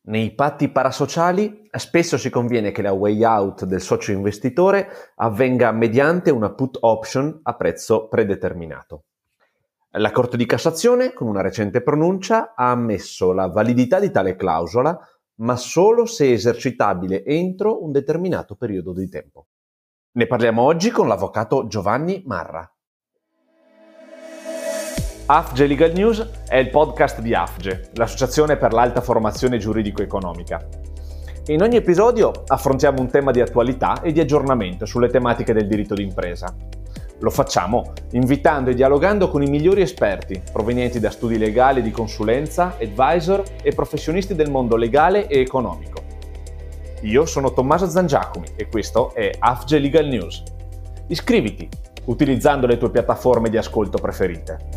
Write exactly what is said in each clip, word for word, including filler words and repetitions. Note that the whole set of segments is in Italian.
Nei patti parasociali spesso si conviene che la way out del socio investitore avvenga mediante una put option a prezzo predeterminato. La Corte di Cassazione, con una recente pronuncia, ha ammesso la validità di tale clausola, ma solo se esercitabile entro un determinato periodo di tempo. Ne parliamo oggi con l'avvocato Giovanni Marra. A F G E Legal News è il podcast di A F G E, l'Associazione per l'Alta Formazione Giuridico-Economica. In ogni episodio affrontiamo un tema di attualità e di aggiornamento sulle tematiche del diritto d'impresa. Lo facciamo invitando e dialogando con i migliori esperti provenienti da studi legali di consulenza, advisor e professionisti del mondo legale e economico. Io sono Tommaso Zangiacomi e questo è A F G E Legal News. Iscriviti utilizzando le tue piattaforme di ascolto preferite.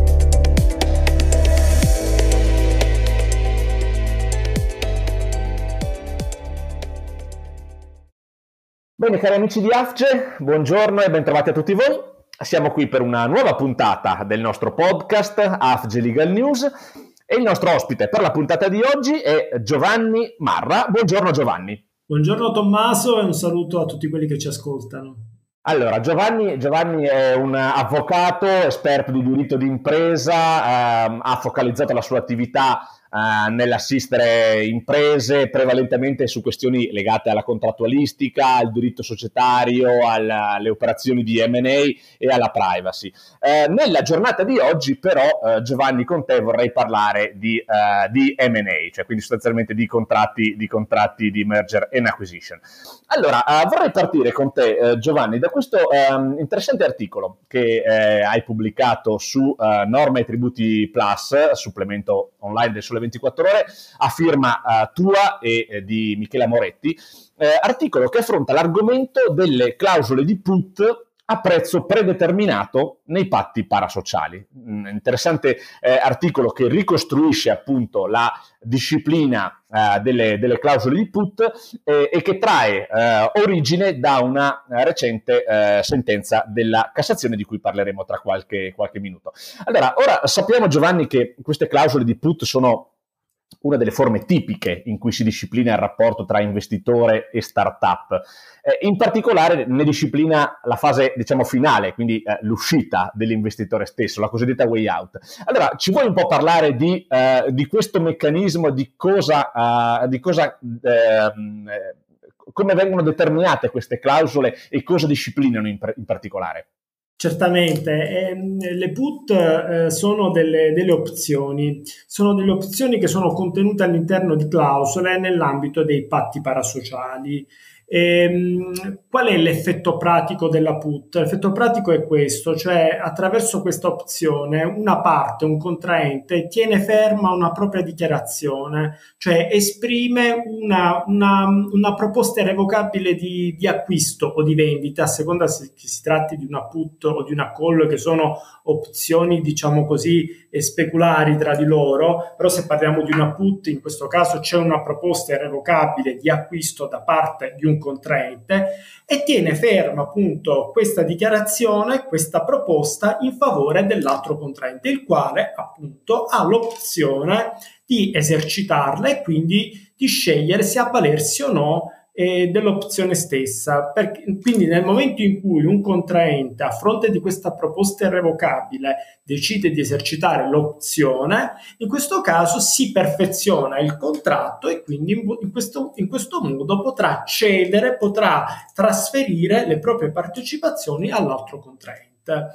Bene, cari amici di A F G E, buongiorno e bentrovati a tutti voi. Siamo qui per una nuova puntata del nostro podcast A F G E Legal News e il nostro ospite per la puntata di oggi è Giovanni Marra. Buongiorno Giovanni. Buongiorno Tommaso e un saluto a tutti quelli che ci ascoltano. Allora, Giovanni, Giovanni è un avvocato, esperto di diritto d'impresa, ehm, ha focalizzato la sua attività Uh, nell'assistere imprese prevalentemente su questioni legate alla contrattualistica, al diritto societario, alla, alle operazioni di M and A e alla privacy. Uh, nella giornata di oggi però uh, Giovanni, con te vorrei parlare di, uh, di M and A, cioè quindi sostanzialmente di contratti di, contratti di merger and acquisition. Allora, uh, vorrei partire con te uh, Giovanni da questo um, interessante articolo che uh, hai pubblicato su uh, Norma e Tributi Plus, supplemento online del Sole ventiquattro Ore, a firma uh, tua e eh, di Michela Moretti, eh, articolo che affronta l'argomento delle clausole di put a prezzo predeterminato nei patti parasociali. Un interessante eh, articolo che ricostruisce appunto la disciplina eh, delle, delle clausole di put eh, e che trae eh, origine da una recente eh, sentenza della Cassazione di cui parleremo tra qualche, qualche minuto. Allora, ora sappiamo Giovanni che queste clausole di put sono una delle forme tipiche in cui si disciplina il rapporto tra investitore e startup. Eh, in particolare ne disciplina la fase, diciamo, finale, quindi eh, l'uscita dell'investitore stesso, la cosiddetta way out. Allora, ci vuoi un po' parlare di, eh, di questo meccanismo, di cosa, uh, di cosa eh, come vengono determinate queste clausole e cosa disciplinano in, in particolare? Certamente, eh, le put eh, sono delle, delle opzioni, sono delle opzioni che sono contenute all'interno di clausole nell'ambito dei patti parasociali. E, qual è l'effetto pratico della put? L'effetto pratico è questo, cioè attraverso questa opzione una parte, un contraente, tiene ferma una propria dichiarazione, cioè esprime una, una, una proposta irrevocabile di, di acquisto o di vendita, a seconda se che si tratti di una put o di una call, che sono opzioni, diciamo così, speculari tra di loro. Però se parliamo di una put, in questo caso c'è una proposta irrevocabile di acquisto da parte di un contraente e tiene ferma appunto questa dichiarazione, questa proposta in favore dell'altro contraente, il quale appunto ha l'opzione di esercitarla e quindi di scegliere se avvalersi o no eh, dell'opzione stessa. Perché, quindi nel momento in cui un contraente a fronte di questa proposta irrevocabile decide di esercitare l'opzione, in questo caso si perfeziona il contratto e quindi in, in, questo, in questo modo potrà cedere, potrà trasferire le proprie partecipazioni all'altro contraente.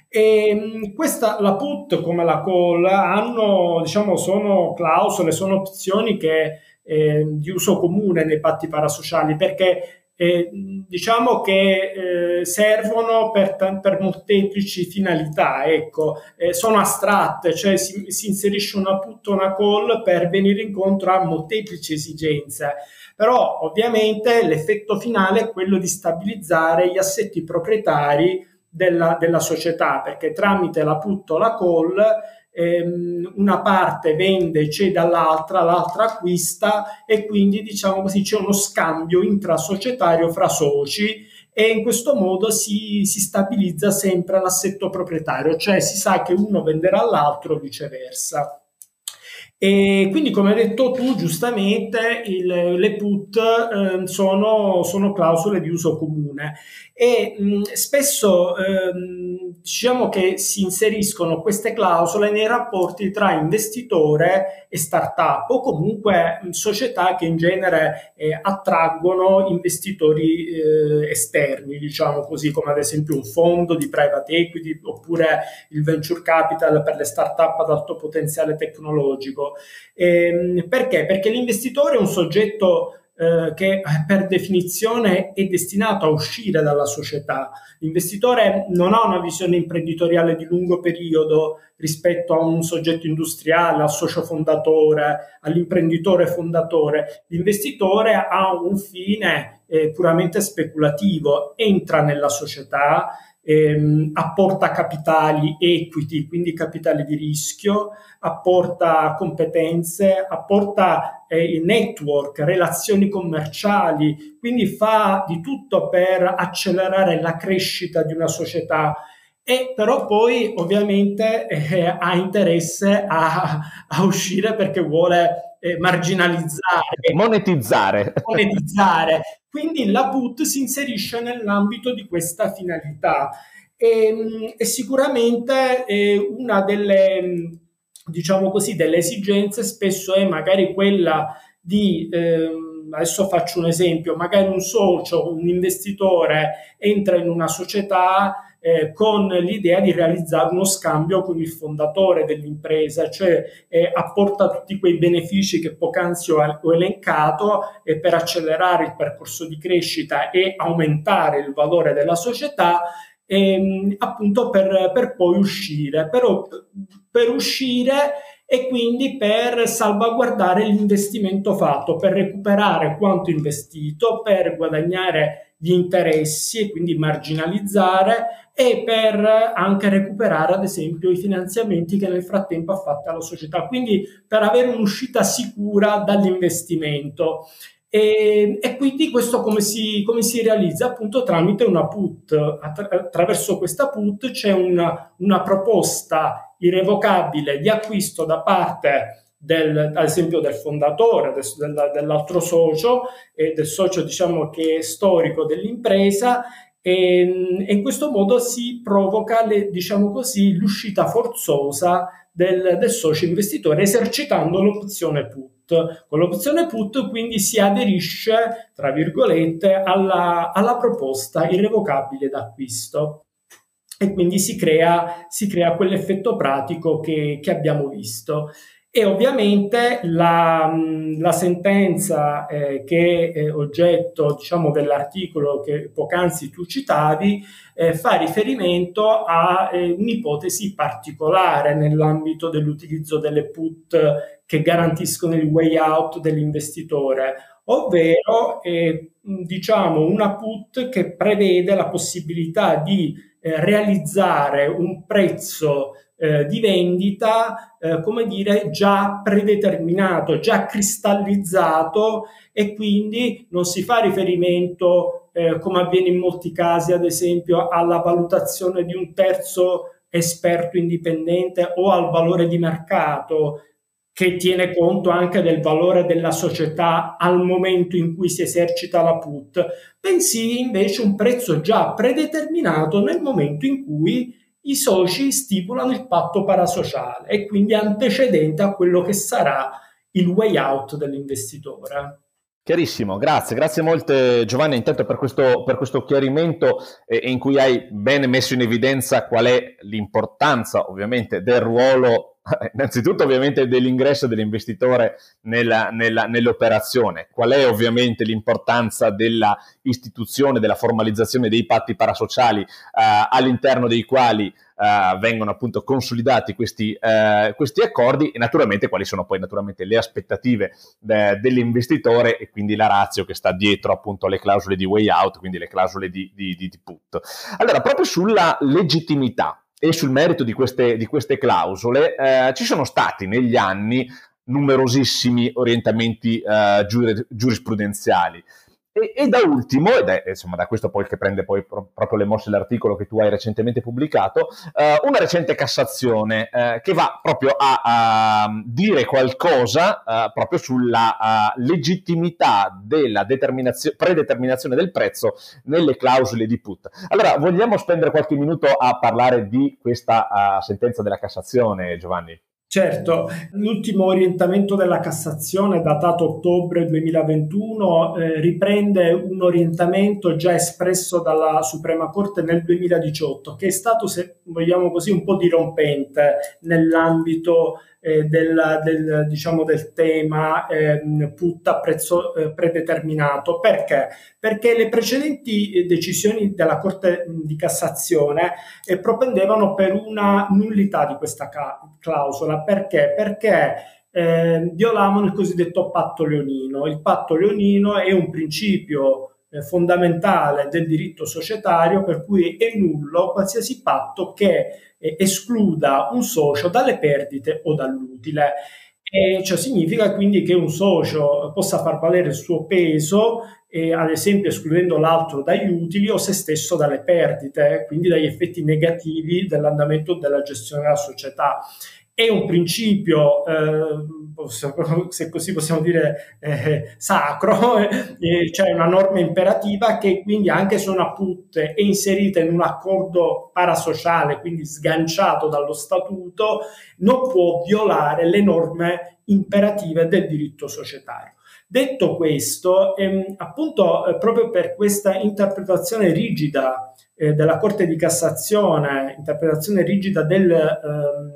E questa, la put come la call, hanno, diciamo, sono clausole, sono opzioni che eh, di uso comune nei patti parasociali, perché eh, diciamo che eh, servono per, per molteplici finalità, ecco, eh, sono astratte, cioè si, si inserisce una put o una call per venire incontro a molteplici esigenze. Però ovviamente l'effetto finale è quello di stabilizzare gli assetti proprietari Della, della società, perché tramite la put o la call ehm, una parte vende e cede all'altra, l'altra acquista e quindi diciamo così c'è uno scambio intrasocietario fra soci e in questo modo si, si stabilizza sempre l'assetto proprietario, cioè si sa che uno venderà all'altro o viceversa. E quindi, come hai detto tu giustamente, il, le put eh, sono, sono clausole di uso comune e mh, spesso ehm, diciamo che si inseriscono queste clausole nei rapporti tra investitore e startup o comunque mh, società che in genere eh, attraggono investitori eh, esterni, diciamo così, come ad esempio un fondo di private equity oppure il venture capital per le startup ad alto potenziale tecnologico. Eh, perché? Perché l'investitore è un soggetto eh, che per definizione è destinato a uscire dalla società. L'investitore non ha una visione imprenditoriale di lungo periodo rispetto a un soggetto industriale, al socio fondatore, all'imprenditore fondatore. L'investitore ha un fine eh, puramente speculativo, entra nella società, ehm, apporta capitali equity, quindi capitali di rischio, apporta competenze, apporta eh, network, relazioni commerciali, quindi fa di tutto per accelerare la crescita di una società. E però poi ovviamente eh, ha interesse a, a uscire perché vuole eh, marginalizzare, monetizzare. monetizzare. Quindi la put si inserisce nell'ambito di questa finalità e, e sicuramente eh, una delle, diciamo così, delle esigenze spesso è magari quella di, ehm, adesso faccio un esempio, magari un socio, un investitore entra in una società Eh, con l'idea di realizzare uno scambio con il fondatore dell'impresa, cioè eh, apporta tutti quei benefici che poc'anzi ho, ho elencato eh, per accelerare il percorso di crescita e aumentare il valore della società, ehm, appunto per, per poi uscire, però per uscire e quindi per salvaguardare l'investimento fatto, per recuperare quanto investito, per guadagnare gli interessi e quindi marginalizzare e per anche recuperare ad esempio i finanziamenti che nel frattempo ha fatto la società, quindi per avere un'uscita sicura dall'investimento. E, e quindi questo come si, come si realizza? Appunto tramite una put. Attra- attraverso questa put c'è una, una proposta irrevocabile di acquisto da parte del, ad esempio del fondatore, del, dell'altro socio e del socio diciamo che è storico dell'impresa e, e in questo modo si provoca le, diciamo così, l'uscita forzosa del, del socio investitore esercitando l'opzione put. Con l'opzione put quindi si aderisce, tra virgolette, alla, alla proposta irrevocabile d'acquisto e quindi si crea, si crea quell'effetto pratico che, che abbiamo visto. E ovviamente la, la sentenza eh, che è oggetto, diciamo, dell'articolo che poc'anzi tu citavi eh, fa riferimento a eh, un'ipotesi particolare nell'ambito dell'utilizzo delle put che garantiscono il way out dell'investitore, ovvero eh, diciamo una put che prevede la possibilità di eh, realizzare un prezzo Eh, di vendita, eh, come dire, già predeterminato, già cristallizzato e quindi non si fa riferimento, eh, come avviene in molti casi, ad esempio, alla valutazione di un terzo esperto indipendente o al valore di mercato che tiene conto anche del valore della società al momento in cui si esercita la put, bensì invece un prezzo già predeterminato nel momento in cui i soci stipulano il patto parasociale e quindi antecedente a quello che sarà il way out dell'investitore. Chiarissimo, grazie, grazie molte Giovanni intanto per questo, per questo chiarimento eh, in cui hai ben messo in evidenza qual è l'importanza ovviamente del ruolo, innanzitutto ovviamente dell'ingresso dell'investitore nella, nella, nell'operazione, qual è ovviamente l'importanza della istituzione, della formalizzazione dei patti parasociali eh, all'interno dei quali Uh, vengono appunto consolidati questi, uh, questi accordi e naturalmente quali sono poi naturalmente le aspettative de- dell'investitore e quindi la ratio che sta dietro appunto alle clausole di way out, quindi le clausole di, di, di put. Allora, proprio sulla legittimità e sul merito di queste, di queste clausole uh, ci sono stati negli anni numerosissimi orientamenti uh, giur- giurisprudenziali. E, e da ultimo, ed è insomma da questo poi che prende poi pro- proprio le mosse l'articolo che tu hai recentemente pubblicato, eh, una recente Cassazione eh, che va proprio a, a dire qualcosa eh, proprio sulla uh, legittimità della determinazio- predeterminazione del prezzo nelle clausole di put. Allora, vogliamo spendere qualche minuto a parlare di questa uh, sentenza della Cassazione, Giovanni? Certo, l'ultimo orientamento della Cassazione, datato ottobre duemilaventuno, eh, riprende un orientamento già espresso dalla Suprema Corte nel duemiladiciotto, che è stato, se vogliamo così, un po' dirompente nell'ambito eh, del, del, diciamo, del tema eh, put a prezzo eh, predeterminato. Perché? Perché le precedenti decisioni della Corte di Cassazione eh, propendevano per una nullità di questa ca- clausola. Perché? Perché eh, violavano il cosiddetto patto leonino. Il patto leonino è un principio eh, fondamentale del diritto societario, per cui è nullo qualsiasi patto che eh, escluda un socio dalle perdite o dall'utile. E ciò significa quindi che un socio possa far valere il suo peso, eh, ad esempio escludendo l'altro dagli utili o se stesso dalle perdite, quindi dagli effetti negativi dell'andamento della gestione della società. È un principio, eh, se così possiamo dire, eh, sacro, eh, cioè una norma imperativa che quindi anche se una put è inserita in un accordo parasociale, quindi sganciato dallo statuto, non può violare le norme imperative del diritto societario. Detto questo, ehm, appunto eh, proprio per questa interpretazione rigida eh, della Corte di Cassazione, interpretazione rigida del, ehm,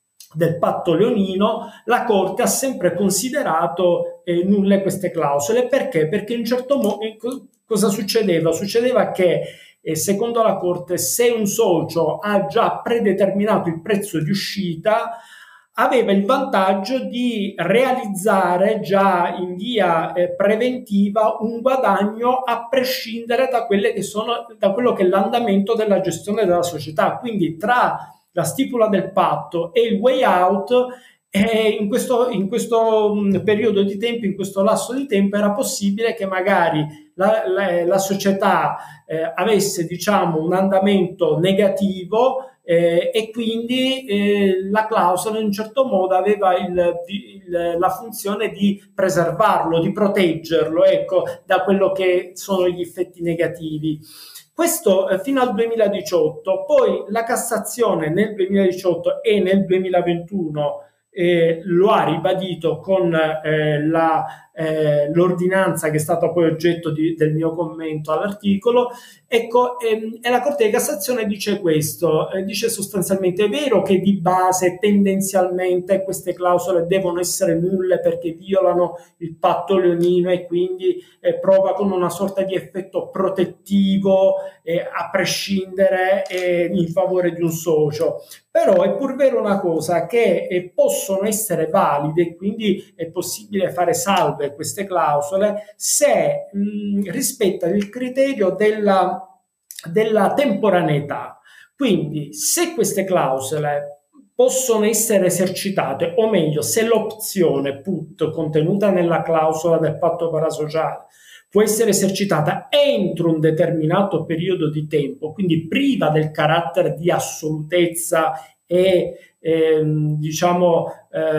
del patto leonino, la Corte ha sempre considerato eh, nulle queste clausole. Perché? Perché in un certo modo cosa succedeva? Succedeva che eh, secondo la Corte, se un socio ha già predeterminato il prezzo di uscita, aveva il vantaggio di realizzare già in via eh, preventiva un guadagno a prescindere da, quelle che sono, da quello che è l'andamento della gestione della società. Quindi tra la stipula del patto e il way out, eh, in questo, in questo mh, periodo di tempo, in questo lasso di tempo, era possibile che magari la, la, la società eh, avesse, diciamo, un andamento negativo, eh, e quindi eh, la clausola in un certo modo aveva il, il, la funzione di preservarlo, di proteggerlo, ecco, da quello che sono gli effetti negativi. Questo eh, fino al duemiladiciotto. Poi la Cassazione nel duemiladiciotto e nel duemilaventuno eh, lo ha ribadito con eh, la, eh, l'ordinanza che è stata poi oggetto di, del mio commento all'articolo. Ecco, ehm, e la Corte di Cassazione dice questo, eh, dice sostanzialmente: è vero che di base tendenzialmente queste clausole devono essere nulle perché violano il patto leonino e quindi eh, provocano una sorta di effetto protettivo eh, a prescindere eh, in favore di un socio. Però è pur vero una cosa, che eh, possono essere valide e quindi è possibile fare salve queste clausole se mh, rispettano il criterio della, della temporaneità. Quindi se queste clausole possono essere esercitate, o meglio, se l'opzione put contenuta nella clausola del patto parasociale può essere esercitata entro un determinato periodo di tempo, quindi priva del carattere di assolutezza e ehm, diciamo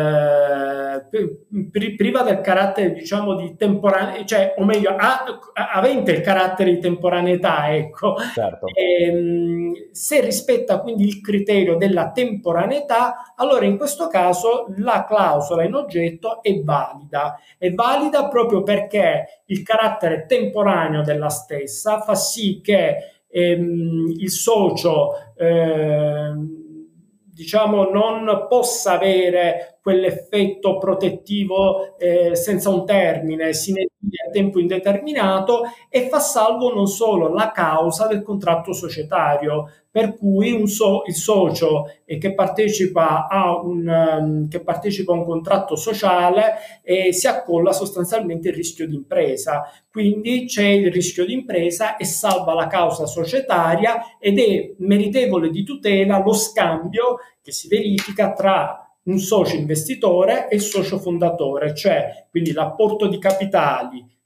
eh, priva del carattere, diciamo, di temporaneità, cioè, o meglio, ha, avente il carattere di temporaneità, ecco. Certo. Ehm, se rispetta quindi il criterio della temporaneità, allora in questo caso la clausola in oggetto è valida. È valida proprio perché il carattere temporaneo della stessa fa sì che ehm, il socio ehm, diciamo non possa avere quell'effetto protettivo eh, senza un termine, sine die a tempo indeterminato, e fa salvo non solo la causa del contratto societario, per cui un so, il socio eh, che partecipa a un um, che partecipa a un contratto sociale eh, si accolla sostanzialmente il rischio di impresa. Quindi c'è il rischio di impresa e salva la causa societaria, ed è meritevole di tutela lo scambio che si verifica tra un socio investitore e il socio fondatore, cioè quindi l'apporto di capitali,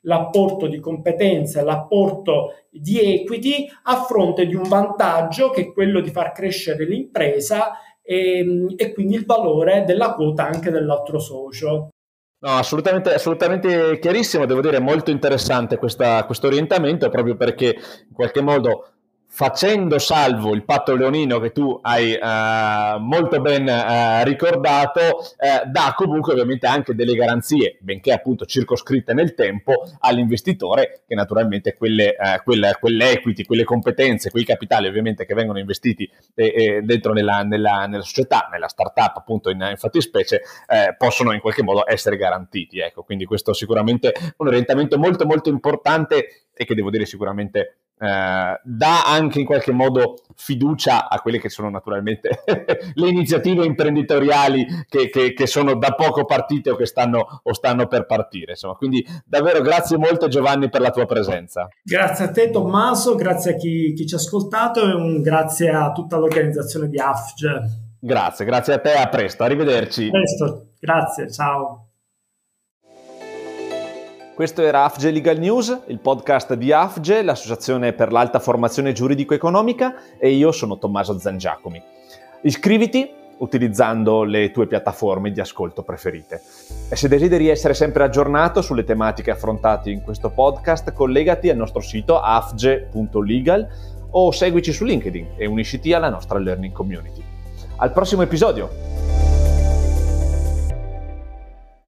l'apporto di competenze, l'apporto di equity a fronte di un vantaggio che è quello di far crescere l'impresa e, e quindi il valore della quota anche dell'altro socio. No, assolutamente, assolutamente chiarissimo, devo dire molto interessante questo orientamento, proprio perché in qualche modo, facendo salvo il patto leonino che tu hai uh, molto ben uh, ricordato, uh, dà comunque ovviamente anche delle garanzie, benché appunto circoscritte nel tempo, all'investitore, che naturalmente quelle, uh, quelle, quelle equity, quelle competenze, quei capitali ovviamente che vengono investiti eh, eh, dentro nella, nella, nella società, nella startup appunto in, in fattispecie, eh, possono in qualche modo essere garantiti. Ecco, quindi questo sicuramente è un orientamento molto molto importante e che devo dire sicuramente Eh, dà anche in qualche modo fiducia a quelle che sono naturalmente le iniziative imprenditoriali che, che, che sono da poco partite o che stanno o stanno per partire. Insomma, quindi davvero grazie molto Giovanni per la tua presenza. Grazie a te Tommaso, grazie a chi, chi ci ha ascoltato e un grazie a tutta l'organizzazione di A F G E. Grazie, grazie a te, a presto, arrivederci. A presto, grazie, ciao. Questo era A F G E Legal News, il podcast di A F G E, l'Associazione per l'Alta Formazione Giuridico-Economica, e io sono Tommaso Zangiacomi. Iscriviti utilizzando le tue piattaforme di ascolto preferite. E se desideri essere sempre aggiornato sulle tematiche affrontate in questo podcast, collegati al nostro sito a f g e punto legal o seguici su LinkedIn e unisciti alla nostra learning community. Al prossimo episodio!